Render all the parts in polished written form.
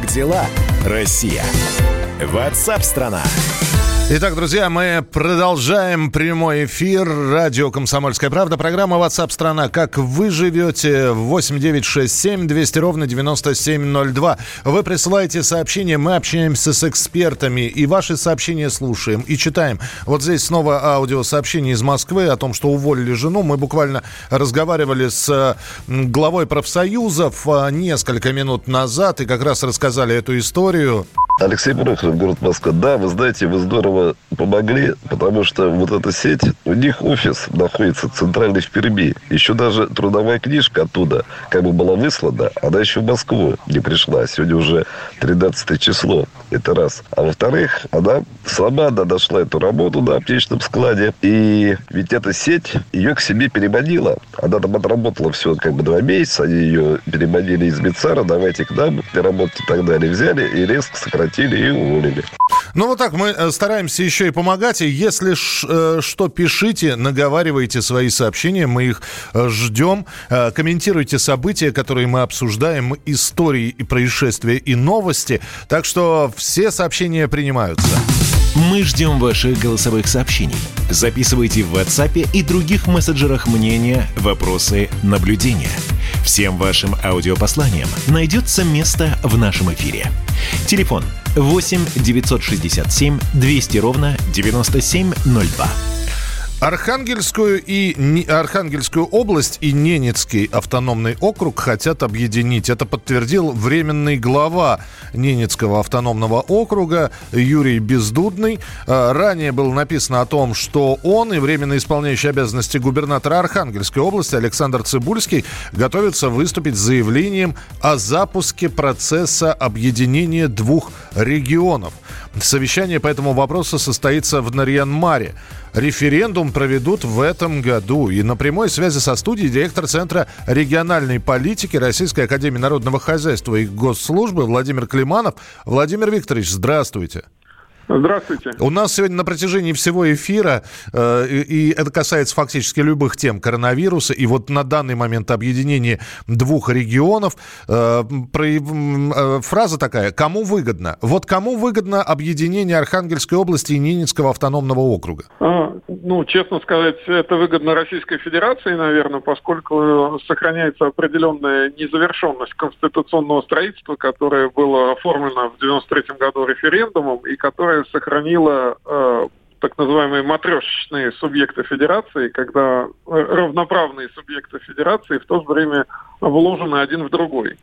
Как дела, Россия? WhatsApp-страна. Итак, друзья, мы продолжаем прямой эфир. Радио «Комсомольская правда». Программа WhatsApp страна. Как вы живете? 8967 200 ровно 9702. Вы присылаете сообщения, мы общаемся с экспертами. И ваши сообщения слушаем и читаем. Вот здесь снова аудиосообщение из Москвы о том, что уволили жену. Мы буквально разговаривали с главой профсоюзов несколько минут назад и как раз рассказали эту историю. Алексей Прохоров, город Москва. Да, вы знаете, вы здорово помогли, потому что вот эта сеть, у них офис находится центральный в Перми. Еще даже трудовая книжка оттуда как бы была выслана, она еще в Москву не пришла. Сегодня уже 13 число. Это раз. А во-вторых, она сама нашла эту работу на аптечном складе. И ведь эта сеть ее к себе переманила. Она там отработала всего как бы 2 месяца. Они ее переманили из Медсара. Давайте к нам работать и так далее. Взяли и резко сократили и уволили. Ну вот так мы стараемся еще и помогать. И если что, пишите, наговаривайте свои сообщения. Мы их ждем. Комментируйте события, которые мы обсуждаем, истории и происшествия и новости. Так что все сообщения принимаются. Мы ждем ваших голосовых сообщений. Записывайте в WhatsApp и других мессенджерах мнения, вопросы, наблюдения. Всем вашим аудиопосланиям найдется место в нашем эфире. Телефон 8 967 200 ровно 9702. Архангельскую область и Ненецкий автономный округ хотят объединить. Это подтвердил временный глава Ненецкого автономного округа Юрий Бездудный. Ранее было написано о том, что он и временно исполняющий обязанности губернатора Архангельской области Александр Цыбульский готовятся выступить с заявлением о запуске процесса объединения 2 регионов. Совещание по этому вопросу состоится в Нарьян-Маре. Референдум проведут в этом году. И на прямой связи со студией директор Центра региональной политики Российской академии народного хозяйства и госслужбы Владимир Климанов. Владимир Викторович, здравствуйте. Здравствуйте. У нас сегодня на протяжении всего эфира, и это касается фактически любых тем коронавируса, и вот на данный момент объединение 2 регионов, фраза такая: кому выгодно? Вот кому выгодно объединение Архангельской области и Ненецкого автономного округа? Честно сказать, это выгодно Российской Федерации, наверное, поскольку сохраняется определенная незавершенность конституционного строительства, которое было оформлено в 1993 году референдумом и которое сохранила так называемые матрешечные субъекты федерации, когда равноправные субъекты федерации в то же время вложены один в другой.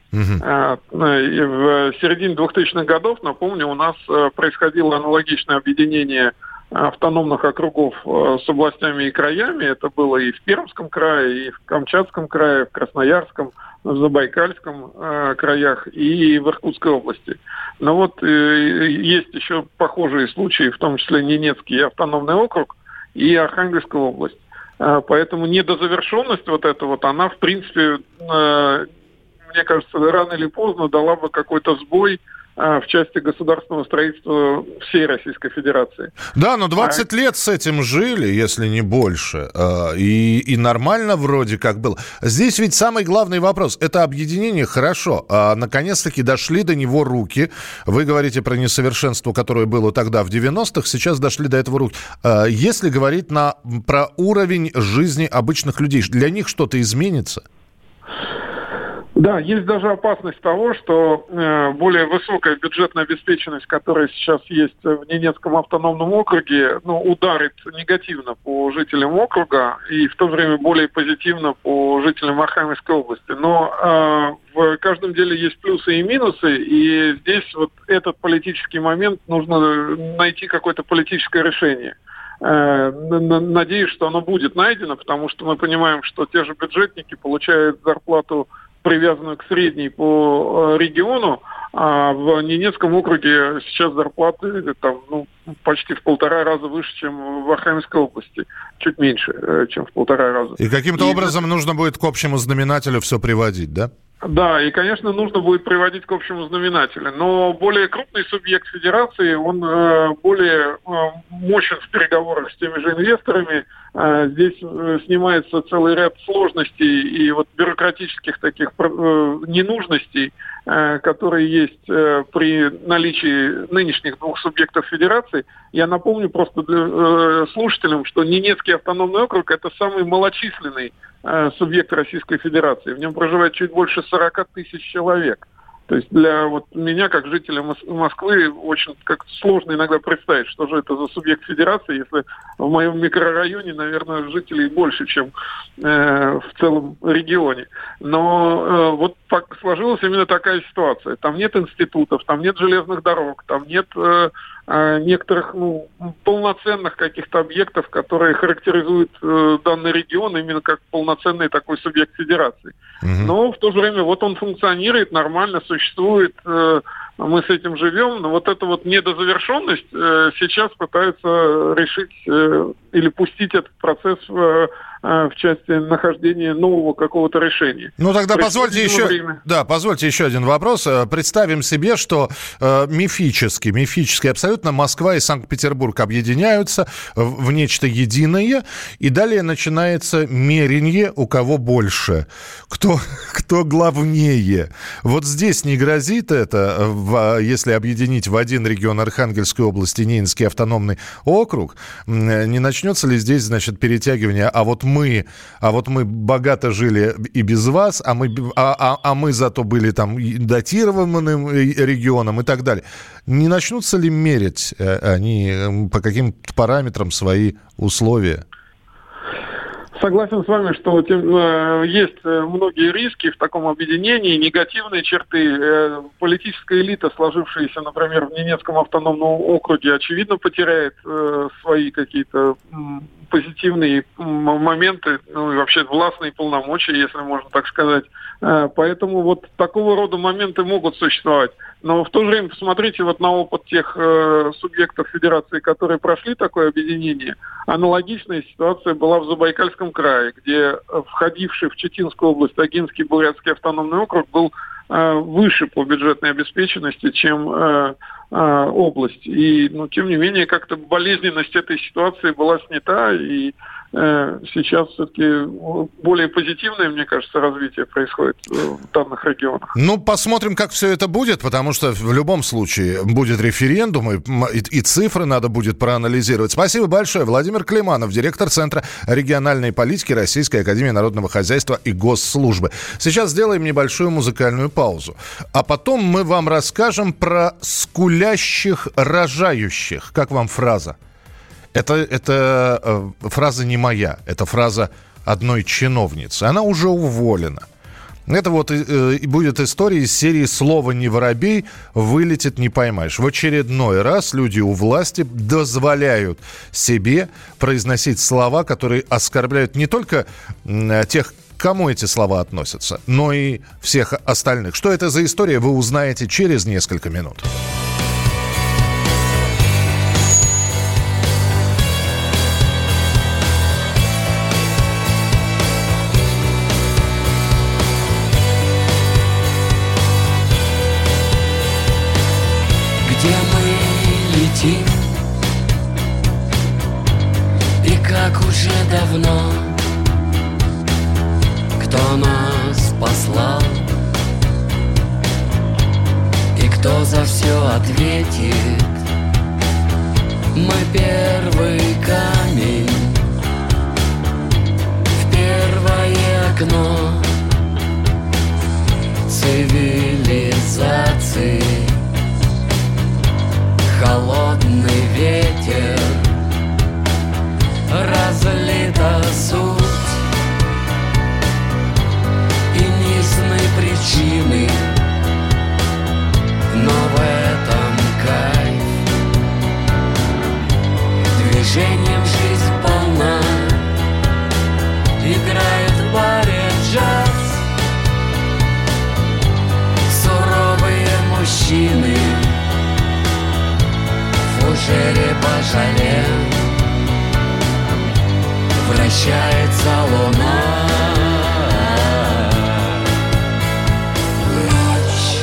И в середине 2000-х годов, напомню, у нас происходило аналогичное объединение автономных округов с областями и краями. Это было и в Пермском крае, и в Камчатском крае, в Красноярском, в Забайкальском краях и в Иркутской области. Но вот есть еще похожие случаи, в том числе Ненецкий автономный округ и Архангельская область. Поэтому недозавершенность вот эта вот, она, в принципе, мне кажется, рано или поздно дала бы какой-то сбой в части государственного строительства всей Российской Федерации. Да, но 20 лет с этим жили, если не больше. И нормально вроде как было. Здесь ведь самый главный вопрос. Это объединение хорошо. Наконец-таки дошли до него руки. Вы говорите про несовершенство, которое было тогда в 90-х. Сейчас дошли до этого руки. Если говорить про уровень жизни обычных людей, для них что-то изменится? Да, есть даже опасность того, что более высокая бюджетная обеспеченность, которая сейчас есть в Ненецком автономном округе, ударит негативно по жителям округа и в то же время более позитивно по жителям Архангельской области. Но в каждом деле есть плюсы и минусы, и здесь вот этот политический момент нужно найти какое-то политическое решение. Надеюсь, что оно будет найдено, потому что мы понимаем, что те же бюджетники получают зарплату, привязанную к средней по региону, а в Ненецком округе сейчас зарплаты почти в 1,5 раза выше, чем в Архангельской области. Чуть меньше, чем в 1,5 раза. И каким-то образом нужно будет к общему знаменателю все приводить, да? Да, и, конечно, нужно будет приводить к общему знаменателю. Но более крупный субъект федерации, он более мощен в переговорах с теми же инвесторами. Здесь снимается целый ряд сложностей и вот бюрократических таких ненужностей. которые есть при наличии нынешних двух субъектов федерации. Я напомню просто для слушателям, что Ненецкий автономный округ – это самый малочисленный субъект Российской Федерации. В нем проживает чуть больше 40 тысяч человек. То есть для меня, как жителя Москвы, очень как-то сложно иногда представить, что же это за субъект федерации, если в моем микрорайоне, наверное, жителей больше, чем в целом регионе. Но сложилась именно такая ситуация. Там нет институтов, там нет железных дорог, там нет некоторых полноценных каких-то объектов, которые характеризуют данный регион именно как полноценный такой субъект федерации. Но в то же время он функционирует, нормально существует, мы с этим живем, но эта недозавершенность сейчас пытаются решить или пустить этот процесс в части нахождения нового какого-то решения. Тогда позвольте еще один вопрос. Представим себе, что мифически абсолютно Москва и Санкт-Петербург объединяются в нечто единое, и далее начинается меренье, у кого больше, кто главнее. Здесь не грозит это, если объединить в один регион Архангельской области Ненецкий автономный округ, не начнется ли здесь, перетягивание, мы богато жили и без вас, а мы зато были там датированным регионом и так далее. Не начнутся ли мерить они по каким-то параметрам свои условия? Согласен с вами, что есть многие риски в таком объединении, негативные черты. Политическая элита, сложившаяся, например, в Ненецком автономном округе, очевидно потеряет свои какие-то позитивные моменты, и вообще властные полномочия, если можно так сказать. Поэтому такого рода моменты могут существовать. Но в то же время посмотрите на опыт тех субъектов федерации, которые прошли такое объединение. Аналогичная ситуация была в Забайкальском крае, где входивший в Читинскую область Агинский Бурятский автономный округ был выше по бюджетной обеспеченности, чем область. И, тем не менее, как-то болезненность этой ситуации была снята, и сейчас все-таки более позитивное, мне кажется, развитие происходит в данных регионах. Посмотрим, как все это будет, потому что в любом случае будет референдум, и цифры надо будет проанализировать. Спасибо большое. Владимир Климанов, директор Центра региональной политики Российской академии народного хозяйства и госслужбы. Сейчас сделаем небольшую музыкальную паузу, а потом мы вам расскажем про скулящих рожающих. Как вам фраза? Это фраза не моя, это фраза одной чиновницы. Она уже уволена. Это будет история из серии «Слово не воробей, вылетит не поймаешь». В очередной раз люди у власти дозволяют себе произносить слова, которые оскорбляют не только тех, к кому эти слова относятся, но и всех остальных. Что это за история, вы узнаете через несколько минут. Где мы летим, и как уже давно, кто нас послал, и кто за все ответит. Мы первый камень в первое окно цивилизации. Холодный ветер, разлита суть, и неясны причины, но в этом кайф. Движением жизнь полна, играет в баре джаз. Суровые мужчины в фужере божале вращается луна. Ночь,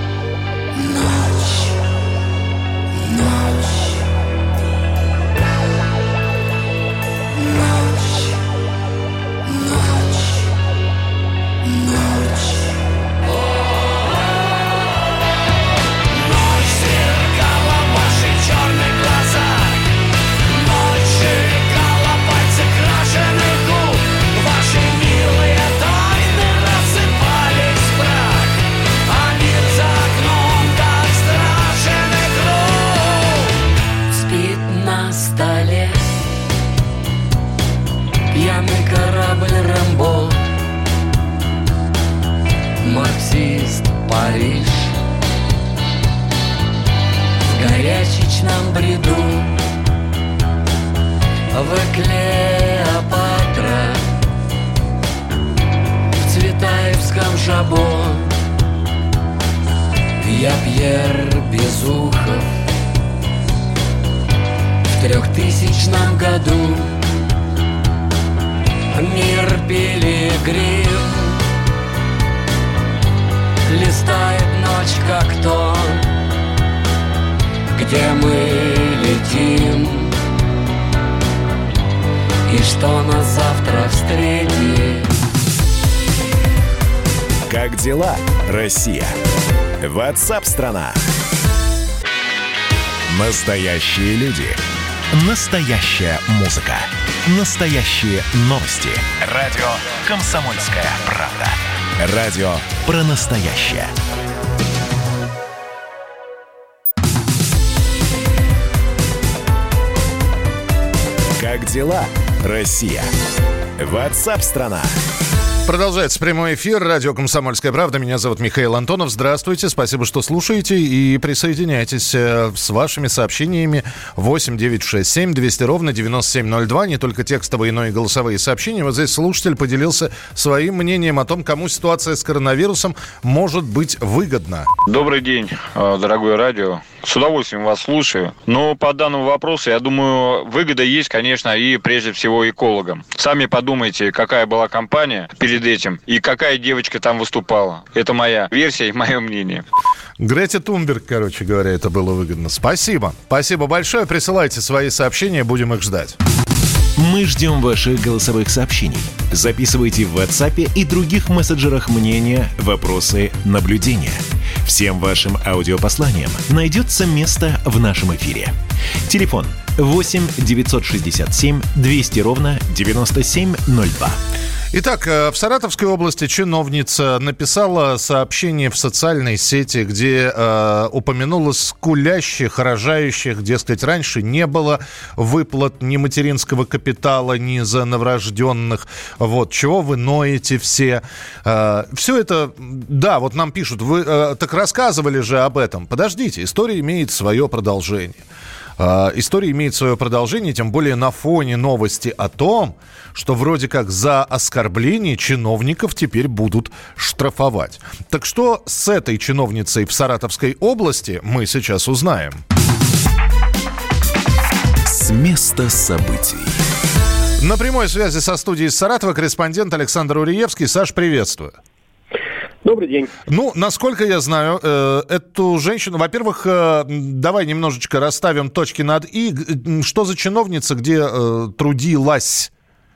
ночь, ночь, ночь, ночь, ночь. Париж. В горячечном бреду вы Клеопатра, в Цветаевском Жабо я Пьер Безухов. В 3000 году мир пилигрим листает ночь как то, где мы летим, и что нас завтра встретит. Как дела, Россия? WhatsApp-страна. Настоящие люди. Настоящая музыка. Настоящие новости. Радио «Комсомольская правда». Радио про настоящее. Как дела, Россия? WhatsApp-страна. Продолжается прямой эфир. Радио «Комсомольская правда». Меня зовут Михаил Антонов. Здравствуйте. Спасибо, что слушаете. И присоединяйтесь с вашими сообщениями. 8 967 200 ровно 9702. Не только текстовые, но и голосовые сообщения. Вот здесь слушатель поделился своим мнением о том, кому ситуация с коронавирусом может быть выгодна. Добрый день, дорогое радио. С удовольствием вас слушаю. Но по данному вопросу, я думаю, выгода есть, конечно, и прежде всего экологам. Сами подумайте, какая была кампания перед этим и какая девочка там выступала. Это моя версия и мое мнение. Грете Тунберг, короче говоря, это было выгодно. Спасибо. Спасибо большое. Присылайте свои сообщения, будем их ждать. Мы ждем ваших голосовых сообщений. Записывайте в WhatsApp и других мессенджерах мнения, вопросы, наблюдения. Всем вашим аудиопосланиям найдется место в нашем эфире. Телефон 8 967 200 ровно 9702. Итак, в Саратовской области чиновница написала сообщение в социальной сети, где упомянула скулящих, рожающих, дескать, раньше не было выплат ни материнского капитала, ни за новорожденных. Вот, чего вы ноете все? Все это, да, вот нам пишут, вы так рассказывали же об этом. Подождите, история имеет свое продолжение. История имеет свое продолжение, тем более на фоне новости о том, что вроде как за оскорбление чиновников теперь будут штрафовать. Так что с этой чиновницей в Саратовской области мы сейчас узнаем. С места событий. На прямой связи со студией Саратова корреспондент Александр Уриевский. Саш, приветствую. Добрый день. Ну, насколько я знаю, эту женщину... Во-первых, давай немножечко расставим точки над «и». Что за чиновница, где трудилась?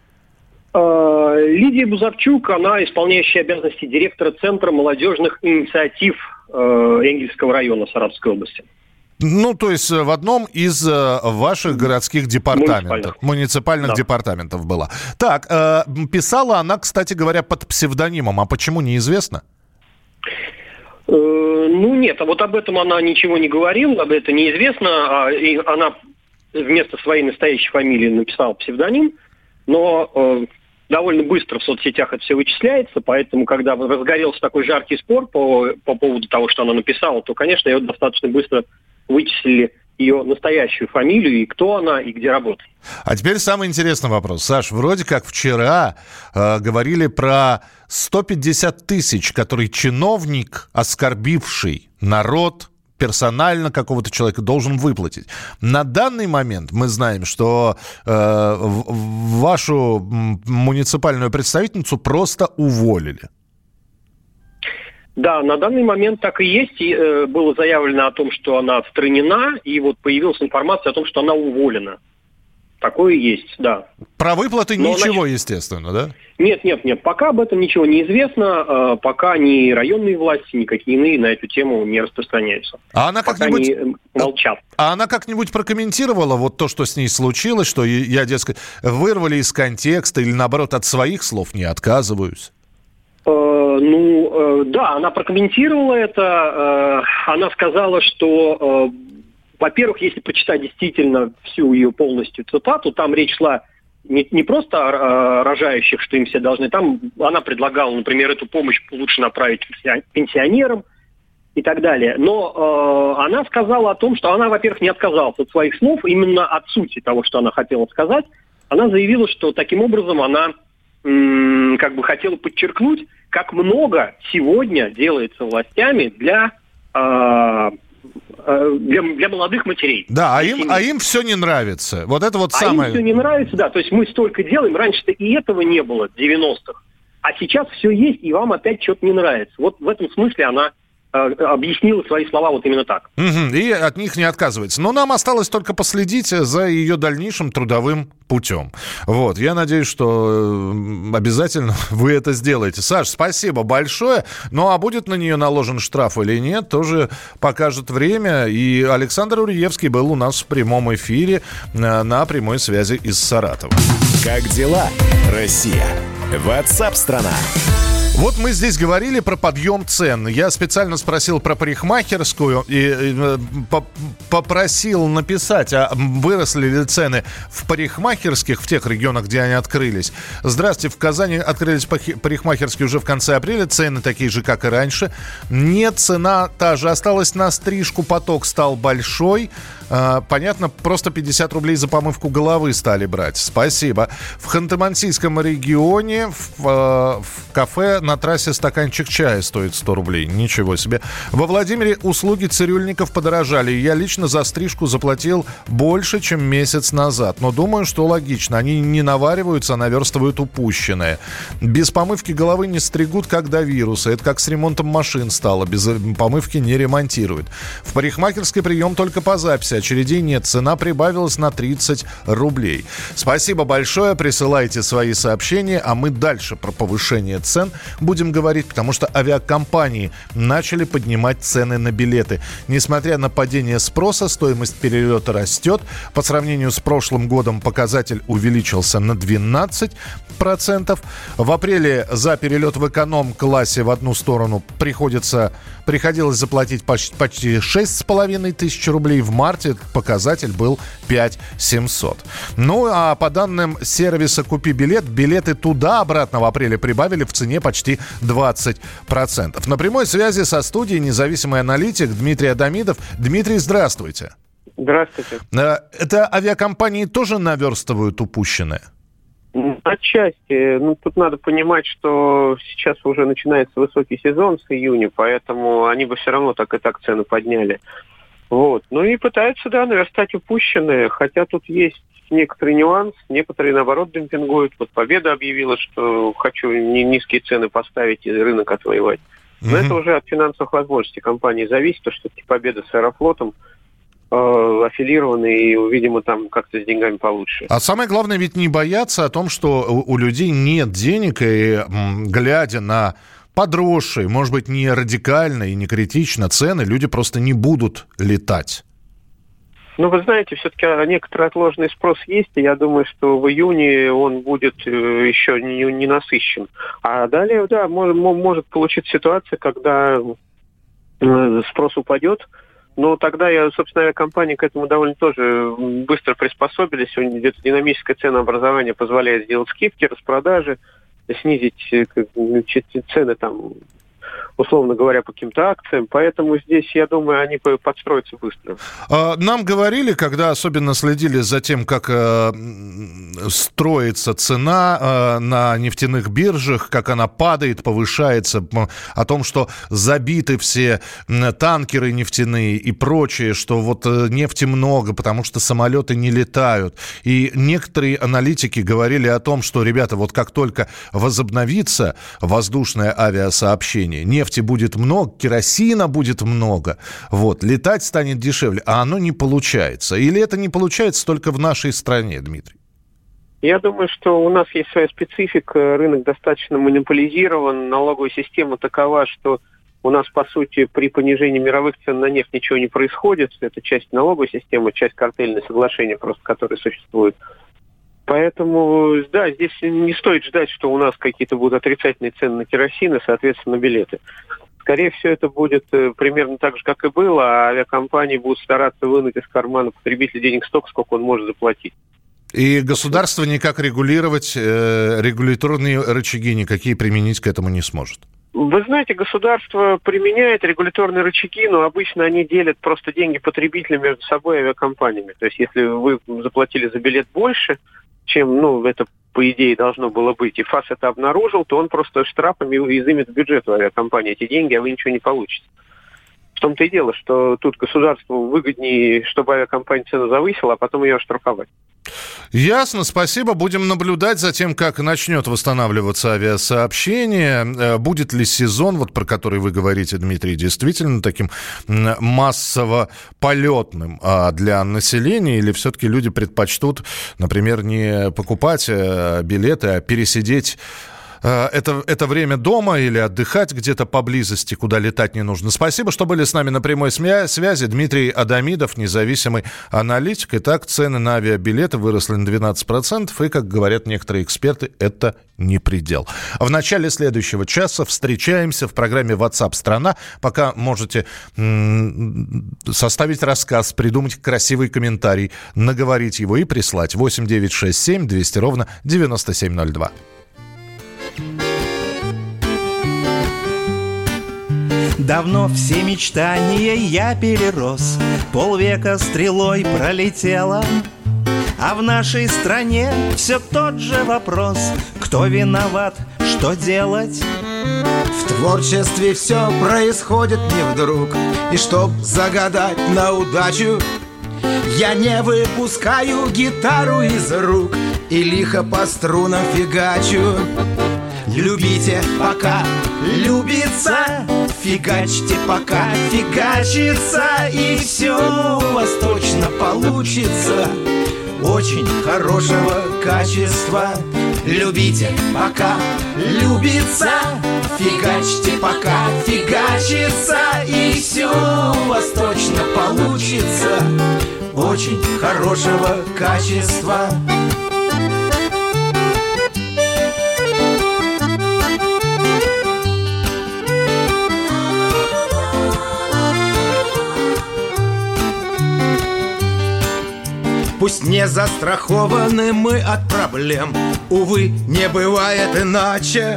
Лидия Бузовчук, она исполняющая обязанности директора Центра молодежных инициатив Энгельсского района Саратовской области. Ну, то есть в одном из ваших городских департаментов. Муниципальных департаментов была. Так, писала она, кстати говоря, под псевдонимом. А почему, неизвестно? Ну, нет, а вот об этом она ничего не говорила, об этом неизвестно. И она вместо своей настоящей фамилии написала псевдоним, но довольно быстро в соцсетях это все вычисляется, поэтому, когда разгорелся такой жаркий спор по поводу того, что она написала, то, конечно, ее достаточно быстро вычислили ее настоящую фамилию, и кто она, и где работает. А теперь самый интересный вопрос. Саш, вроде как вчера говорили про 150 тысяч, который чиновник, оскорбивший народ, персонально какого-то человека должен выплатить. На данный момент мы знаем, что вашу муниципальную представительницу просто уволили. Да, на данный момент так и есть. И, было заявлено о том, что она отстранена, и вот появилась информация о том, что она уволена. Такое есть, да. Про выплаты ничего, естественно, да? Нет. Пока об этом ничего не известно. Пока ни районные власти, никакие иные на эту тему не распространяются. А она как-нибудь... Они молчат. А она как-нибудь прокомментировала вот то, что с ней случилось, что я, дескать, вырвали из контекста или, наоборот, от своих слов не отказываюсь? Да, она прокомментировала это. Она сказала, что, во-первых, если почитать действительно всю ее полностью цитату, там речь шла не просто о рожающих, что им все должны. Там она предлагала, например, эту помощь лучше направить пенсионерам, и так далее. Но она сказала о том, что она, во-первых, не отказалась от своих слов, именно от сути того, что она хотела сказать. Она заявила, что таким образом она как бы хотела подчеркнуть, как много сегодня делается властями для молодых матерей. Да, а им все не нравится. Вот это вот самое... им все не нравится, да. То есть мы столько делаем, раньше-то и этого не было в 90-х. А сейчас все есть, и вам опять что-то не нравится. Вот в этом смысле она объяснила свои слова вот именно так. И от них не отказывается. Но нам осталось только последить за ее дальнейшим трудовым путем. Вот. Я надеюсь, что обязательно вы это сделаете. Саш, спасибо большое. Ну, а будет на нее наложен штраф или нет, тоже покажет время. И Александр Урьевский был у нас в прямом эфире на прямой связи из Саратова. Как дела, Россия? WhatsApp-страна. Вот мы здесь говорили про подъем цен. Я специально спросил про парикмахерскую и попросил написать, а выросли ли цены в парикмахерских, в тех регионах, где они открылись. Здравствуйте, в Казани открылись парикмахерские уже в конце апреля. Цены такие же, как и раньше. Нет, цена та же. Осталась на стрижку, поток стал большой. Понятно, просто 50 рублей за помывку головы стали брать. Спасибо. В Ханты-Мансийском регионе в кафе на трассе стаканчик чая стоит 100 рублей. Ничего себе. Во Владимире услуги цирюльников подорожали. Я лично за стрижку заплатил больше, чем месяц назад. Но думаю, что логично. Они не навариваются, а наверстывают упущенное. Без помывки головы не стригут, как до вируса. Это как с ремонтом машин стало. Без помывки не ремонтируют. В парикмахерской прием только по записи. Очередей нет. Цена прибавилась на 30 рублей. Спасибо большое. Присылайте свои сообщения, а мы дальше про повышение цен будем говорить, потому что авиакомпании начали поднимать цены на билеты. Несмотря на падение спроса, стоимость перелета растет. По сравнению с прошлым годом показатель увеличился на 12%. В апреле за перелет в эконом-классе в одну сторону приходилось заплатить почти 6,5 тысяч рублей. В марте показатель был 5700. Ну, а по данным сервиса «Купи билет», билеты туда-обратно в апреле прибавили в цене почти 20%. На прямой связи со студией независимый аналитик Дмитрий Адамидов. Дмитрий, здравствуйте. Здравствуйте. Это авиакомпании тоже наверстывают упущенное? Отчасти. Тут надо понимать, что сейчас уже начинается высокий сезон с июня, поэтому они бы все равно так и так цены подняли. Вот. Ну и пытаются, наверстать упущенное, хотя тут есть некоторый нюанс, некоторые, наоборот, демпингуют. Вот Победа объявила, что хочу низкие цены поставить и рынок отвоевать. Но это уже от финансовых возможностей компании зависит, потому что Победа с Аэрофлотом аффилированы, и, видимо, там как-то с деньгами получше. А самое главное ведь не бояться о том, что у людей нет денег, и глядя на подросшие, может быть, не радикально и не критично цены, люди просто не будут летать. Вы знаете, все-таки некоторый отложенный спрос есть, и я думаю, что в июне он будет еще не насыщен. А далее, может получиться ситуация, когда спрос упадет, но тогда, собственно, авиакомпании к этому довольно тоже быстро приспособились. Сегодня где-то динамическое ценообразование позволяет сделать скидки, распродажи, снизить цены там, условно говоря, по каким-то акциям. Поэтому здесь, я думаю, они подстроятся быстро. Нам говорили, когда особенно следили за тем, как строится цена на нефтяных биржах, как она падает, повышается, о том, что забиты все танкеры нефтяные и прочее, что вот нефти много, потому что самолеты не летают. И некоторые аналитики говорили о том, что, ребята, вот как только возобновится воздушное авиасообщение, нефти будет много, керосина будет много, вот, летать станет дешевле, а оно не получается. Или это не получается только в нашей стране, Дмитрий? Я думаю, что у нас есть своя специфика, рынок достаточно монополизирован, налоговая система такова, что у нас, по сути, при понижении мировых цен на нефть ничего не происходит. Это часть налоговой системы, часть картельных соглашений, просто которые существуют. Поэтому, здесь не стоит ждать, что у нас какие-то будут отрицательные цены на керосин и, соответственно, на билеты. Скорее всего, это будет примерно так же, как и было, а авиакомпании будут стараться вынуть из кармана потребителя денег столько, сколько он может заплатить. И государство никак регулировать, регуляторные рычаги никакие применить к этому не сможет? Вы знаете, государство применяет регуляторные рычаги, но обычно они делят просто деньги потребителям между собой и авиакомпаниями. То есть если вы заплатили за билет больше, чем, это по идее должно было быть, и ФАС это обнаружил, то он просто штрафами изымет в бюджет у авиакомпании эти деньги, а вы ничего не получите. В том-то и дело, что тут государству выгоднее, чтобы авиакомпания цену завысила, а потом ее оштрафовать. Ясно, спасибо. Будем наблюдать за тем, как начнет восстанавливаться авиасообщение. Будет ли сезон, про который вы говорите, Дмитрий, действительно таким массово полетным для населения? Или все-таки люди предпочтут, например, не покупать билеты, а пересидеть это время дома или отдыхать где-то поблизости, куда летать не нужно. Спасибо, что были с нами на прямой связи. Дмитрий Адамидов, независимый аналитик. Итак, цены на авиабилеты выросли на 12%, и, как говорят некоторые эксперты, это не предел. В начале следующего часа встречаемся в программе WhatsApp страна. Пока можете составить рассказ, придумать красивый комментарий, наговорить его и прислать. 8 967 200 ровно 9702. Давно все мечтания я перерос, полвека стрелой пролетело, а в нашей стране все тот же вопрос: кто виноват, что делать? В творчестве все происходит не вдруг, и чтоб загадать на удачу, я не выпускаю гитару из рук и лихо по струнам фигачу. Любите, пока любится, фигачьте, пока фигачится, и все у вас точно получится очень хорошего качества. Любите, пока любится, фигачьте, пока фигачится, и все у вас точно получится очень хорошего качества. Пусть не застрахованы мы от проблем, увы, не бывает иначе.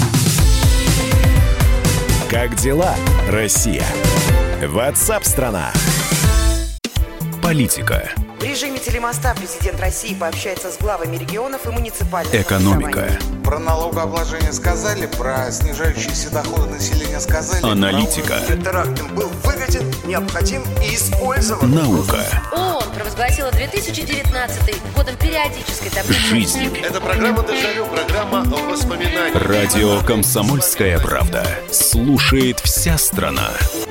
Как дела, Россия? WhatsApp-страна. Политика. В режиме телемоста президент России пообщается с главами регионов и муниципальных. Экономика. Про налогообложение сказали, про снижающиеся доходы населения сказали. Аналитика. Теракт был выгоден, необходим и использован. Наука. ООН провозгласила 2019 годом периодической таблицы. Жизнь. Это программа «Дежавю», программа воспоминаний. Радио «Комсомольская правда». Слушает вся страна.